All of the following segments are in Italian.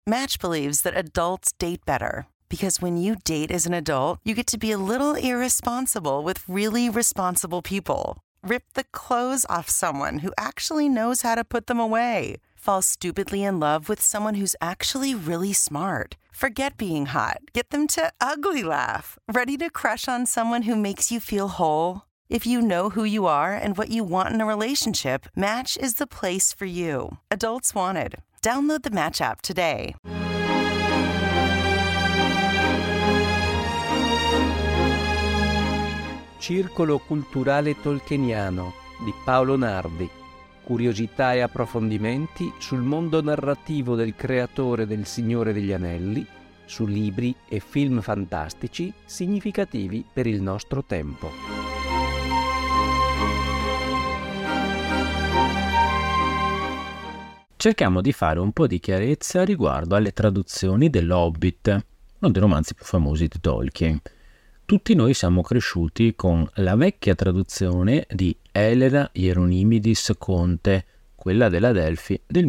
Match believes that adults date better. Because when you date as an adult, you get to be a little irresponsible with really responsible people. Rip the clothes off someone who actually knows how to put them away. Fall stupidly in love with someone who's actually really smart. Forget being hot. Get them to ugly laugh. Ready to crush on someone who makes you feel whole? If you know who you are and what you want in a relationship, Match is the place for you. Adults wanted. Download the Match app today. Circolo culturale tolkieniano di Paolo Nardi. Curiosità e approfondimenti sul mondo narrativo del creatore del Signore degli Anelli, su libri e film fantastici significativi per il nostro tempo. Cerchiamo di fare un po' di chiarezza riguardo alle traduzioni dell'Hobbit, uno dei romanzi più famosi di Tolkien. Tutti noi siamo cresciuti con la vecchia traduzione di Elena Hieronymus Conte, quella della Delphi del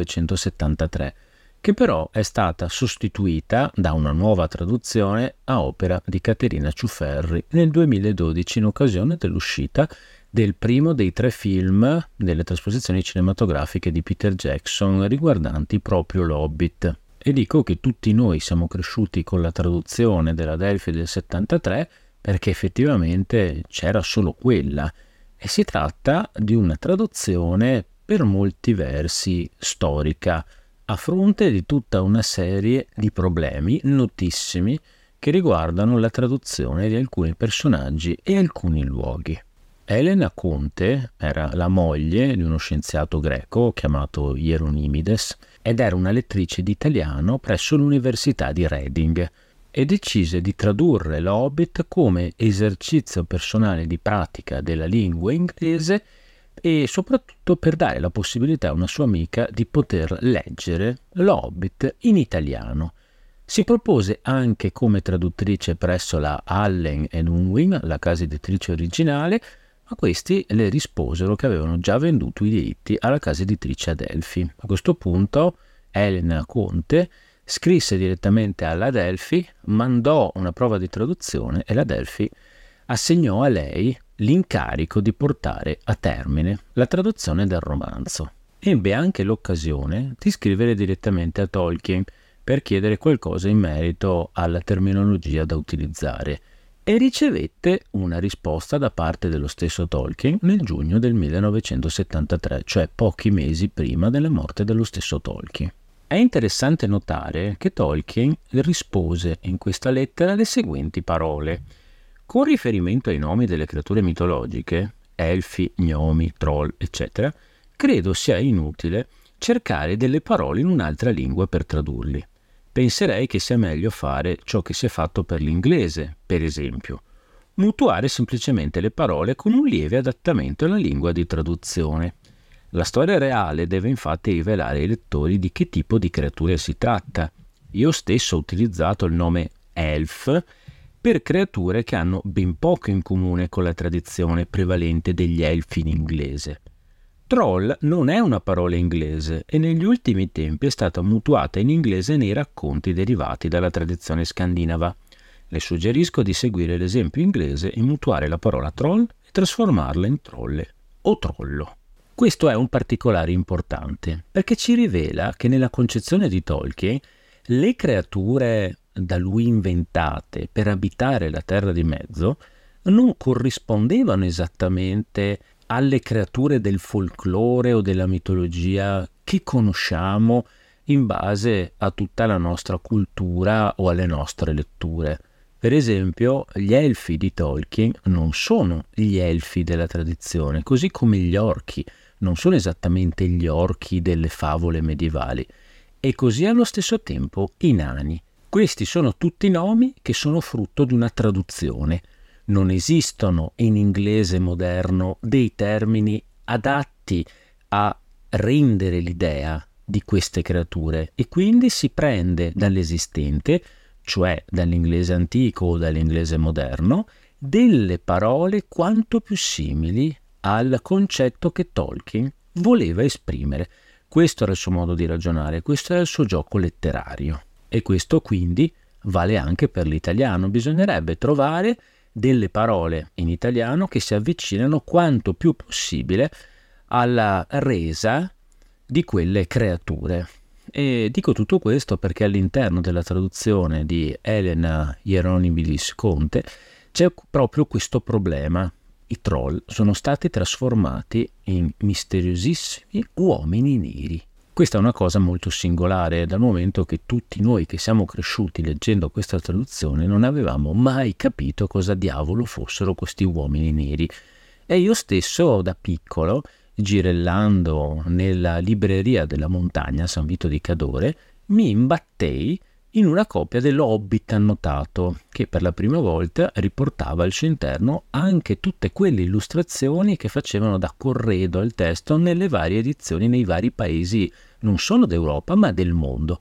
1973, che però è stata sostituita da una nuova traduzione a opera di Caterina Ciufferri nel 2012 in occasione dell'uscita del primo dei 3 film delle trasposizioni cinematografiche di Peter Jackson riguardanti proprio l'Hobbit. E dico che tutti noi siamo cresciuti con la traduzione della Delphi del 73 perché effettivamente c'era solo quella e si tratta di una traduzione per molti versi storica, a fronte di tutta una serie di problemi notissimi che riguardano la traduzione di alcuni personaggi e alcuni luoghi. Elena Conte era la moglie di uno scienziato greco chiamato Hieronymides ed era una lettrice di italiano presso l'Università di Reading e decise di tradurre l'Hobbit come esercizio personale di pratica della lingua inglese e soprattutto per dare la possibilità a una sua amica di poter leggere l'Hobbit in italiano. Si propose anche come traduttrice presso la Allen & Unwin, la casa editrice originale, ma questi le risposero che avevano già venduto i diritti alla casa editrice Adelphi. A questo punto Elena Conte scrisse direttamente alla Adelphi, mandò una prova di traduzione e la Adelphi assegnò a lei l'incarico di portare a termine la traduzione del romanzo. Ebbe anche l'occasione di scrivere direttamente a Tolkien per chiedere qualcosa in merito alla terminologia da utilizzare e ricevette una risposta da parte dello stesso Tolkien nel giugno del 1973, cioè pochi mesi prima della morte dello stesso Tolkien. È interessante notare che Tolkien rispose in questa lettera le seguenti parole. Con riferimento ai nomi delle creature mitologiche, elfi, gnomi, troll, eccetera, credo sia inutile cercare delle parole in un'altra lingua per tradurli. Penserei che sia meglio fare ciò che si è fatto per l'inglese, per esempio, mutuare semplicemente le parole con un lieve adattamento alla lingua di traduzione. La storia reale deve infatti rivelare ai lettori di che tipo di creature si tratta. Io stesso ho utilizzato il nome elf per creature che hanno ben poco in comune con la tradizione prevalente degli elfi in inglese. Troll non è una parola inglese e negli ultimi tempi è stata mutuata in inglese nei racconti derivati dalla tradizione scandinava. Le suggerisco di seguire l'esempio inglese e mutuare la parola troll e trasformarla in trolle o trollo. Questo è un particolare importante perché ci rivela che nella concezione di Tolkien le creature da lui inventate per abitare la Terra di Mezzo non corrispondevano esattamente alle creature del folklore o della mitologia che conosciamo in base a tutta la nostra cultura o alle nostre letture. Per esempio, gli elfi di Tolkien non sono gli elfi della tradizione, così come gli orchi non sono esattamente gli orchi delle favole medievali, e così allo stesso tempo i nani. Questi sono tutti nomi che sono frutto di una traduzione. Non esistono in inglese moderno dei termini adatti a rendere l'idea di queste creature e quindi si prende dall'esistente, cioè dall'inglese antico o dall'inglese moderno, delle parole quanto più simili al concetto che Tolkien voleva esprimere. Questo era il suo modo di ragionare, questo era il suo gioco letterario. E questo quindi vale anche per l'italiano. Bisognerebbe trovare delle parole in italiano che si avvicinano quanto più possibile alla resa di quelle creature. E dico tutto questo perché all'interno della traduzione di Elena Hieronymilis Conte c'è proprio questo problema. I troll sono stati trasformati in misteriosissimi uomini neri. Questa è una cosa molto singolare, dal momento che tutti noi che siamo cresciuti leggendo questa traduzione non avevamo mai capito cosa diavolo fossero questi uomini neri. E io stesso da piccolo, girellando nella libreria della montagna San Vito di Cadore, mi imbattei in una copia dell'Hobbit annotato, che per la prima volta riportava al suo interno anche tutte quelle illustrazioni che facevano da corredo al testo nelle varie edizioni nei vari paesi, non solo d'Europa ma del mondo.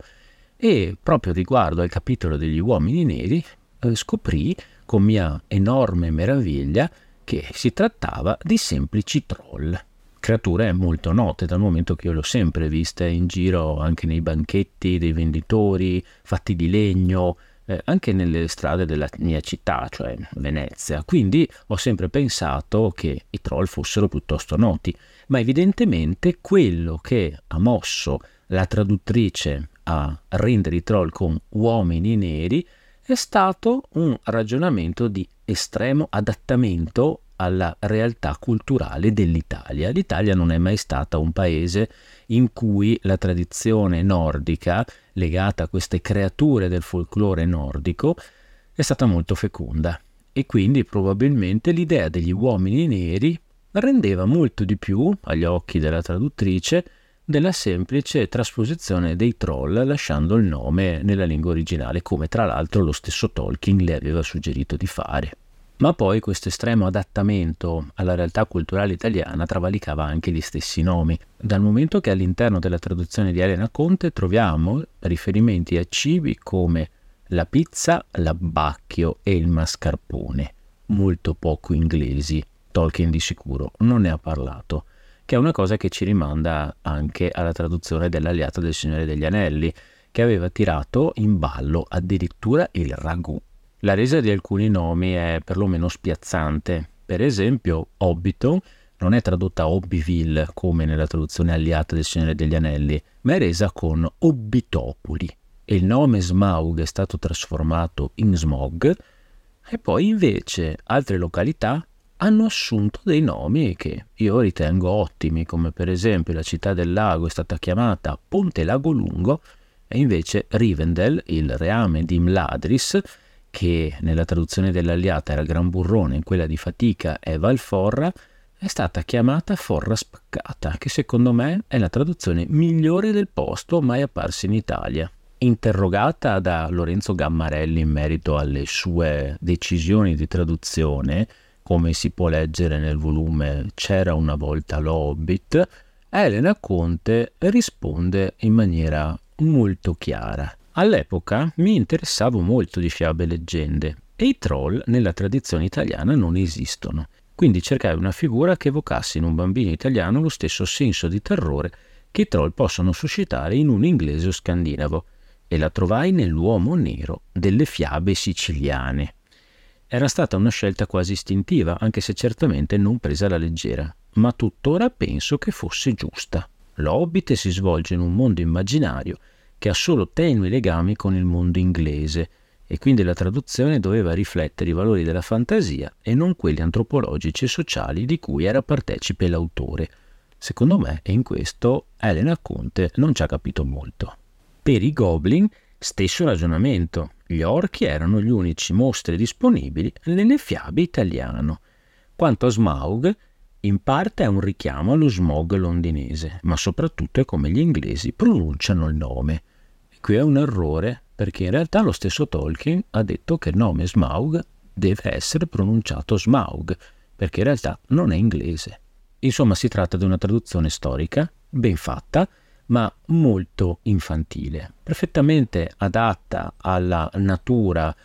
E proprio riguardo al capitolo degli uomini neri scoprì con mia enorme meraviglia che si trattava di semplici troll. Creature molto note, dal momento che io le ho sempre viste in giro anche nei banchetti dei venditori, fatti di legno, anche nelle strade della mia città, cioè Venezia. Quindi ho sempre pensato che i troll fossero piuttosto noti, ma evidentemente quello che ha mosso la traduttrice a rendere i troll con uomini neri è stato un ragionamento di estremo adattamento alla realtà culturale dell'Italia. L'Italia non è mai stata un paese in cui la tradizione nordica, legata a queste creature del folklore nordico, è stata molto feconda, e quindi probabilmente l'idea degli uomini neri rendeva molto di più, agli occhi della traduttrice, della semplice trasposizione dei troll lasciando il nome nella lingua originale, come tra l'altro lo stesso Tolkien le aveva suggerito di fare. Ma poi questo estremo adattamento alla realtà culturale italiana travalicava anche gli stessi nomi, dal momento che all'interno della traduzione di Elena Conte troviamo riferimenti a cibi come la pizza, l'abbacchio e il mascarpone, molto poco inglesi. Tolkien di sicuro non ne ha parlato, che è una cosa che ci rimanda anche alla traduzione dell'Aliata del Signore degli Anelli, che aveva tirato in ballo addirittura il ragù. La resa di alcuni nomi è perlomeno spiazzante. Per esempio, Hobbiton non è tradotta Hobbyville come nella traduzione Aliata del Signore degli Anelli, ma è resa con Obbitopoli. E il nome Smaug è stato trasformato in Smog, e poi invece altre località hanno assunto dei nomi che io ritengo ottimi, come per esempio la città del lago è stata chiamata Ponte Lago Lungo, e invece Rivendell, il reame di Imladris, che nella traduzione dell'Aliata era Gran Burrone, in quella di Fatica è Valforra, è stata chiamata Forra Spaccata, che secondo me è la traduzione migliore del posto mai apparsa in Italia. Interrogata da Lorenzo Gammarelli in merito alle sue decisioni di traduzione, come si può leggere nel volume C'era una volta l'Hobbit, Elena Conte risponde in maniera molto chiara. All'epoca mi interessavo molto di fiabe e leggende, e i troll nella tradizione italiana non esistono. Quindi cercai una figura che evocasse in un bambino italiano lo stesso senso di terrore che i troll possono suscitare in un inglese o scandinavo, e la trovai nell'uomo nero delle fiabe siciliane. Era stata una scelta quasi istintiva, anche se certamente non presa alla leggera, ma tuttora penso che fosse giusta. L'Hobbit si svolge in un mondo immaginario che ha solo tenui legami con il mondo inglese, e quindi la traduzione doveva riflettere i valori della fantasia e non quelli antropologici e sociali di cui era partecipe l'autore. Secondo me, e in questo Elena Conte non ci ha capito molto. Per i Goblin, stesso ragionamento. Gli orchi erano gli unici mostri disponibili nelle fiabe italiano. Quanto a Smaug, in parte è un richiamo allo smog londinese, ma soprattutto è come gli inglesi pronunciano il nome. E qui è un errore, perché in realtà lo stesso Tolkien ha detto che il nome Smaug deve essere pronunciato Smaug, perché in realtà non è inglese. Insomma, si tratta di una traduzione storica, ben fatta, ma molto infantile, perfettamente adatta alla natura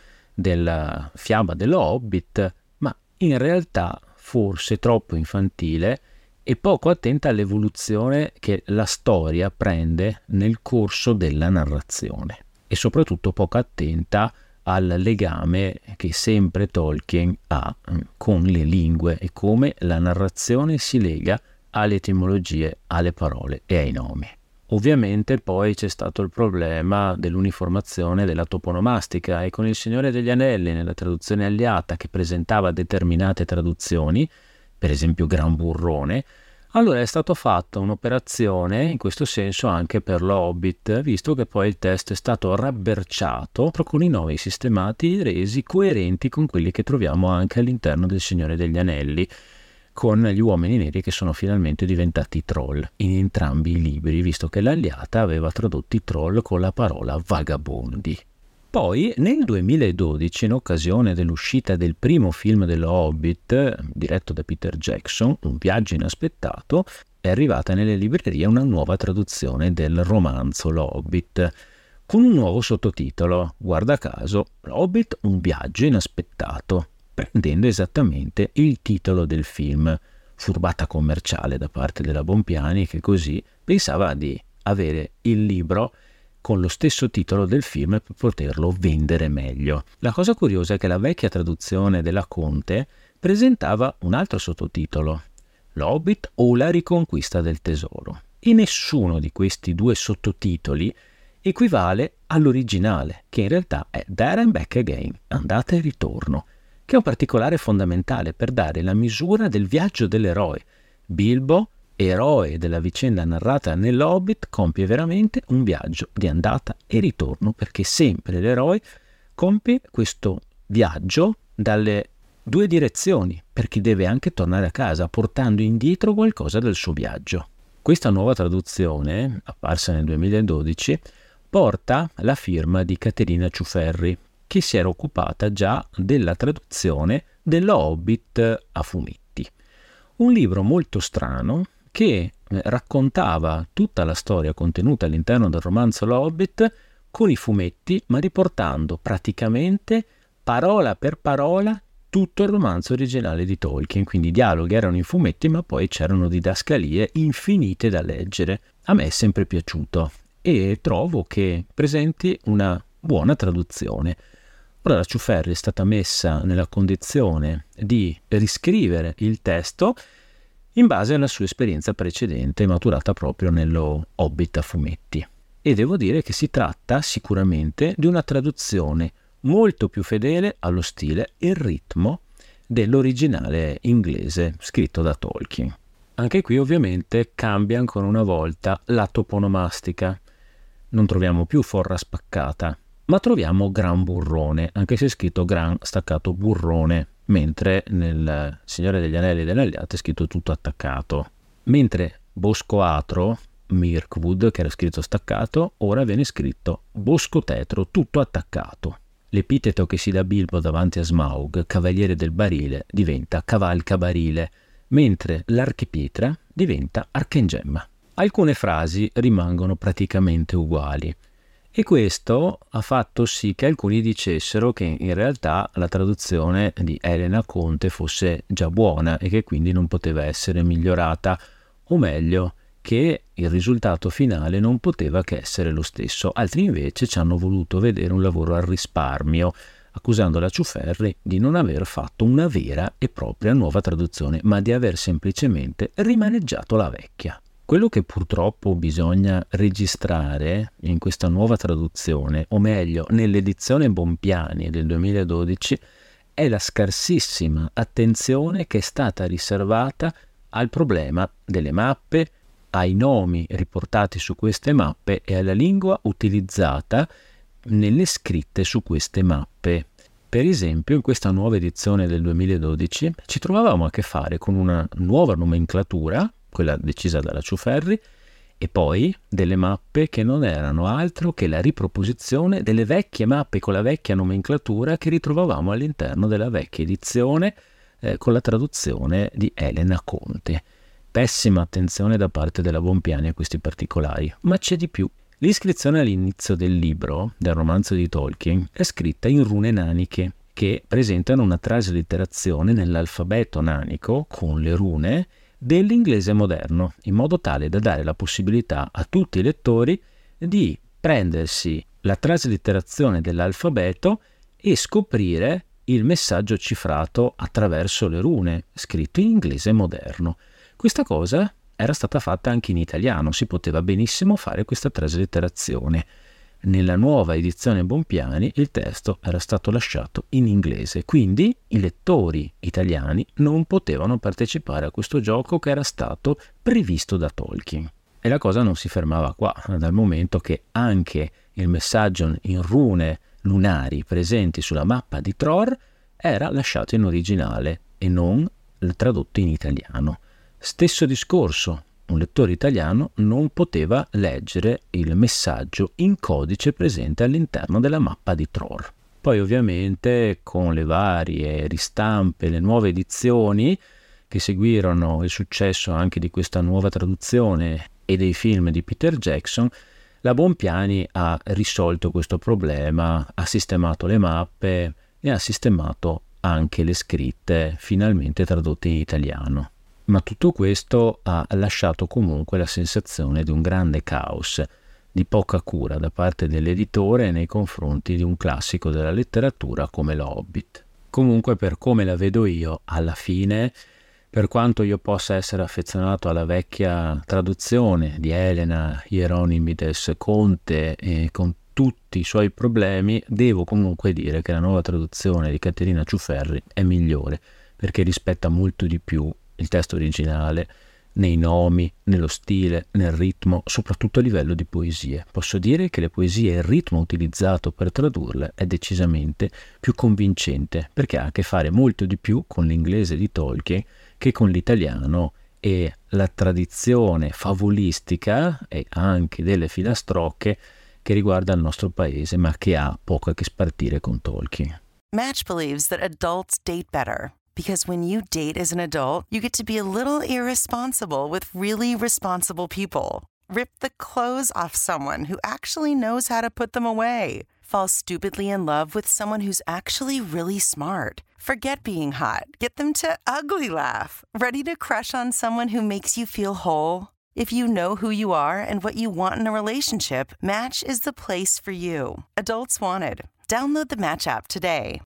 della fiaba dello Hobbit, ma in realtà forse troppo infantile e poco attenta all'evoluzione che la storia prende nel corso della narrazione, e soprattutto poco attenta al legame che sempre Tolkien ha con le lingue e come la narrazione si lega alle etimologie, alle parole e ai nomi. Ovviamente poi c'è stato il problema dell'uniformazione della toponomastica, e con Il Signore degli Anelli, nella traduzione Alliata, che presentava determinate traduzioni, per esempio Gran Burrone, allora è stata fatta un'operazione in questo senso anche per lo Hobbit, visto che poi il testo è stato rabberciato con i nomi sistemati resi coerenti con quelli che troviamo anche all'interno del Signore degli Anelli, con gli uomini neri che sono finalmente diventati troll in entrambi i libri, visto che l'Alliata aveva tradotto i troll con la parola vagabondi. Poi nel 2012, in occasione dell'uscita del primo film dello Hobbit, diretto da Peter Jackson, Un viaggio inaspettato, è arrivata nelle librerie una nuova traduzione del romanzo Lo Hobbit, con un nuovo sottotitolo, guarda caso, Lo Hobbit, un viaggio inaspettato, prendendo esattamente il titolo del film, furbata commerciale da parte della Bompiani, che così pensava di avere il libro con lo stesso titolo del film per poterlo vendere meglio. La cosa curiosa è che la vecchia traduzione della Conte presentava un altro sottotitolo, L'Hobbit o la riconquista del tesoro, e nessuno di questi due sottotitoli equivale all'originale, che in realtà è There and Back Again, andata e ritorno, che è un particolare fondamentale per dare la misura del viaggio dell'eroe. Bilbo, eroe della vicenda narrata nell'Hobbit, compie veramente un viaggio di andata e ritorno, perché sempre l'eroe compie questo viaggio dalle due direzioni, perché deve anche tornare a casa portando indietro qualcosa del suo viaggio. Questa nuova traduzione, apparsa nel 2012, porta la firma di Caterina Ciuferri, che si era occupata già della traduzione dello Hobbit a fumetti. Un libro molto strano che raccontava tutta la storia contenuta all'interno del romanzo Lo Hobbit con i fumetti, ma riportando praticamente parola per parola tutto il romanzo originale di Tolkien. Quindi i dialoghi erano in fumetti, ma poi c'erano didascalie infinite da leggere. A me è sempre piaciuto e trovo che presenti una buona traduzione. Ora la Ciuferri è stata messa nella condizione di riscrivere il testo in base alla sua esperienza precedente maturata proprio nello Hobbit a fumetti. E devo dire che si tratta sicuramente di una traduzione molto più fedele allo stile e ritmo dell'originale inglese scritto da Tolkien. Anche qui ovviamente cambia ancora una volta la toponomastica. Non troviamo più forra spaccata, ma troviamo Gran Burrone, anche se è scritto Gran staccato Burrone, mentre nel Signore degli Anelli e delle Alliate è scritto tutto attaccato. Mentre Bosco Atro, Mirkwood, che era scritto staccato, ora viene scritto Bosco Tetro, tutto attaccato. L'epiteto che si dà Bilbo davanti a Smaug, Cavaliere del Barile, diventa Cavalcabarile, mentre l'Archipietra diventa Archengemma. Alcune frasi rimangono praticamente uguali. E questo ha fatto sì che alcuni dicessero che in realtà la traduzione di Elena Conte fosse già buona e che quindi non poteva essere migliorata, o meglio, che il risultato finale non poteva che essere lo stesso. Altri invece ci hanno voluto vedere un lavoro al risparmio, accusando la Ciuferri di non aver fatto una vera e propria nuova traduzione, ma di aver semplicemente rimaneggiato la vecchia. Quello che purtroppo bisogna registrare in questa nuova traduzione, o meglio nell'edizione Bompiani del 2012, è la scarsissima attenzione che è stata riservata al problema delle mappe, ai nomi riportati su queste mappe e alla lingua utilizzata nelle scritte su queste mappe. Per esempio, in questa nuova edizione del 2012 ci trovavamo a che fare con una nuova nomenclatura, quella decisa dalla Ciuferri, e poi delle mappe che non erano altro che la riproposizione delle vecchie mappe con la vecchia nomenclatura che ritrovavamo all'interno della vecchia edizione con la traduzione di Elena Conte. Pessima attenzione da parte della Bompiani a questi particolari, ma c'è di più. L'iscrizione all'inizio del libro, del romanzo di Tolkien, è scritta in rune naniche, che presentano una traslitterazione nell'alfabeto nanico con le rune, dell'inglese moderno, in modo tale da dare la possibilità a tutti i lettori di prendersi la traslitterazione dell'alfabeto e scoprire il messaggio cifrato attraverso le rune, scritto in inglese moderno. Questa cosa era stata fatta anche in italiano, si poteva benissimo fare questa traslitterazione. Nella nuova edizione Bompiani il testo era stato lasciato in inglese, quindi i lettori italiani non potevano partecipare a questo gioco che era stato previsto da Tolkien. E la cosa non si fermava qua, dal momento che anche il messaggio in rune lunari presenti sulla mappa di Tror era lasciato in originale e non tradotto in italiano. Stesso discorso, un lettore italiano non poteva leggere il messaggio in codice presente all'interno della mappa di Tror. Poi ovviamente con le varie ristampe, le nuove edizioni che seguirono il successo anche di questa nuova traduzione e dei film di Peter Jackson, la Bompiani ha risolto questo problema, ha sistemato le mappe e ha sistemato anche le scritte finalmente tradotte in italiano. Ma tutto questo ha lasciato comunque la sensazione di un grande caos, di poca cura da parte dell'editore nei confronti di un classico della letteratura come l'Hobbit. Comunque, per come la vedo io, alla fine, per quanto io possa essere affezionato alla vecchia traduzione di Elena Hieronymides Conte e con tutti i suoi problemi, devo comunque dire che la nuova traduzione di Caterina Ciuferri è migliore, perché rispetta molto di più il testo originale nei nomi, nello stile, nel ritmo, soprattutto a livello di poesie. Posso dire che le poesie e il ritmo utilizzato per tradurle è decisamente più convincente, perché ha a che fare molto di più con l'inglese di Tolkien che con l'italiano, e la tradizione favolistica e anche delle filastrocche che riguarda il nostro paese, ma che ha poco a che spartire con Tolkien. Match believes that adults date better. Because when you date as an adult, you get to be a little irresponsible with really responsible people. Rip the clothes off someone who actually knows how to put them away. Fall stupidly in love with someone who's actually really smart. Forget being hot. Get them to ugly laugh. Ready to crush on someone who makes you feel whole? If you know who you are and what you want in a relationship, Match is the place for you. Adults wanted. Download the Match app today.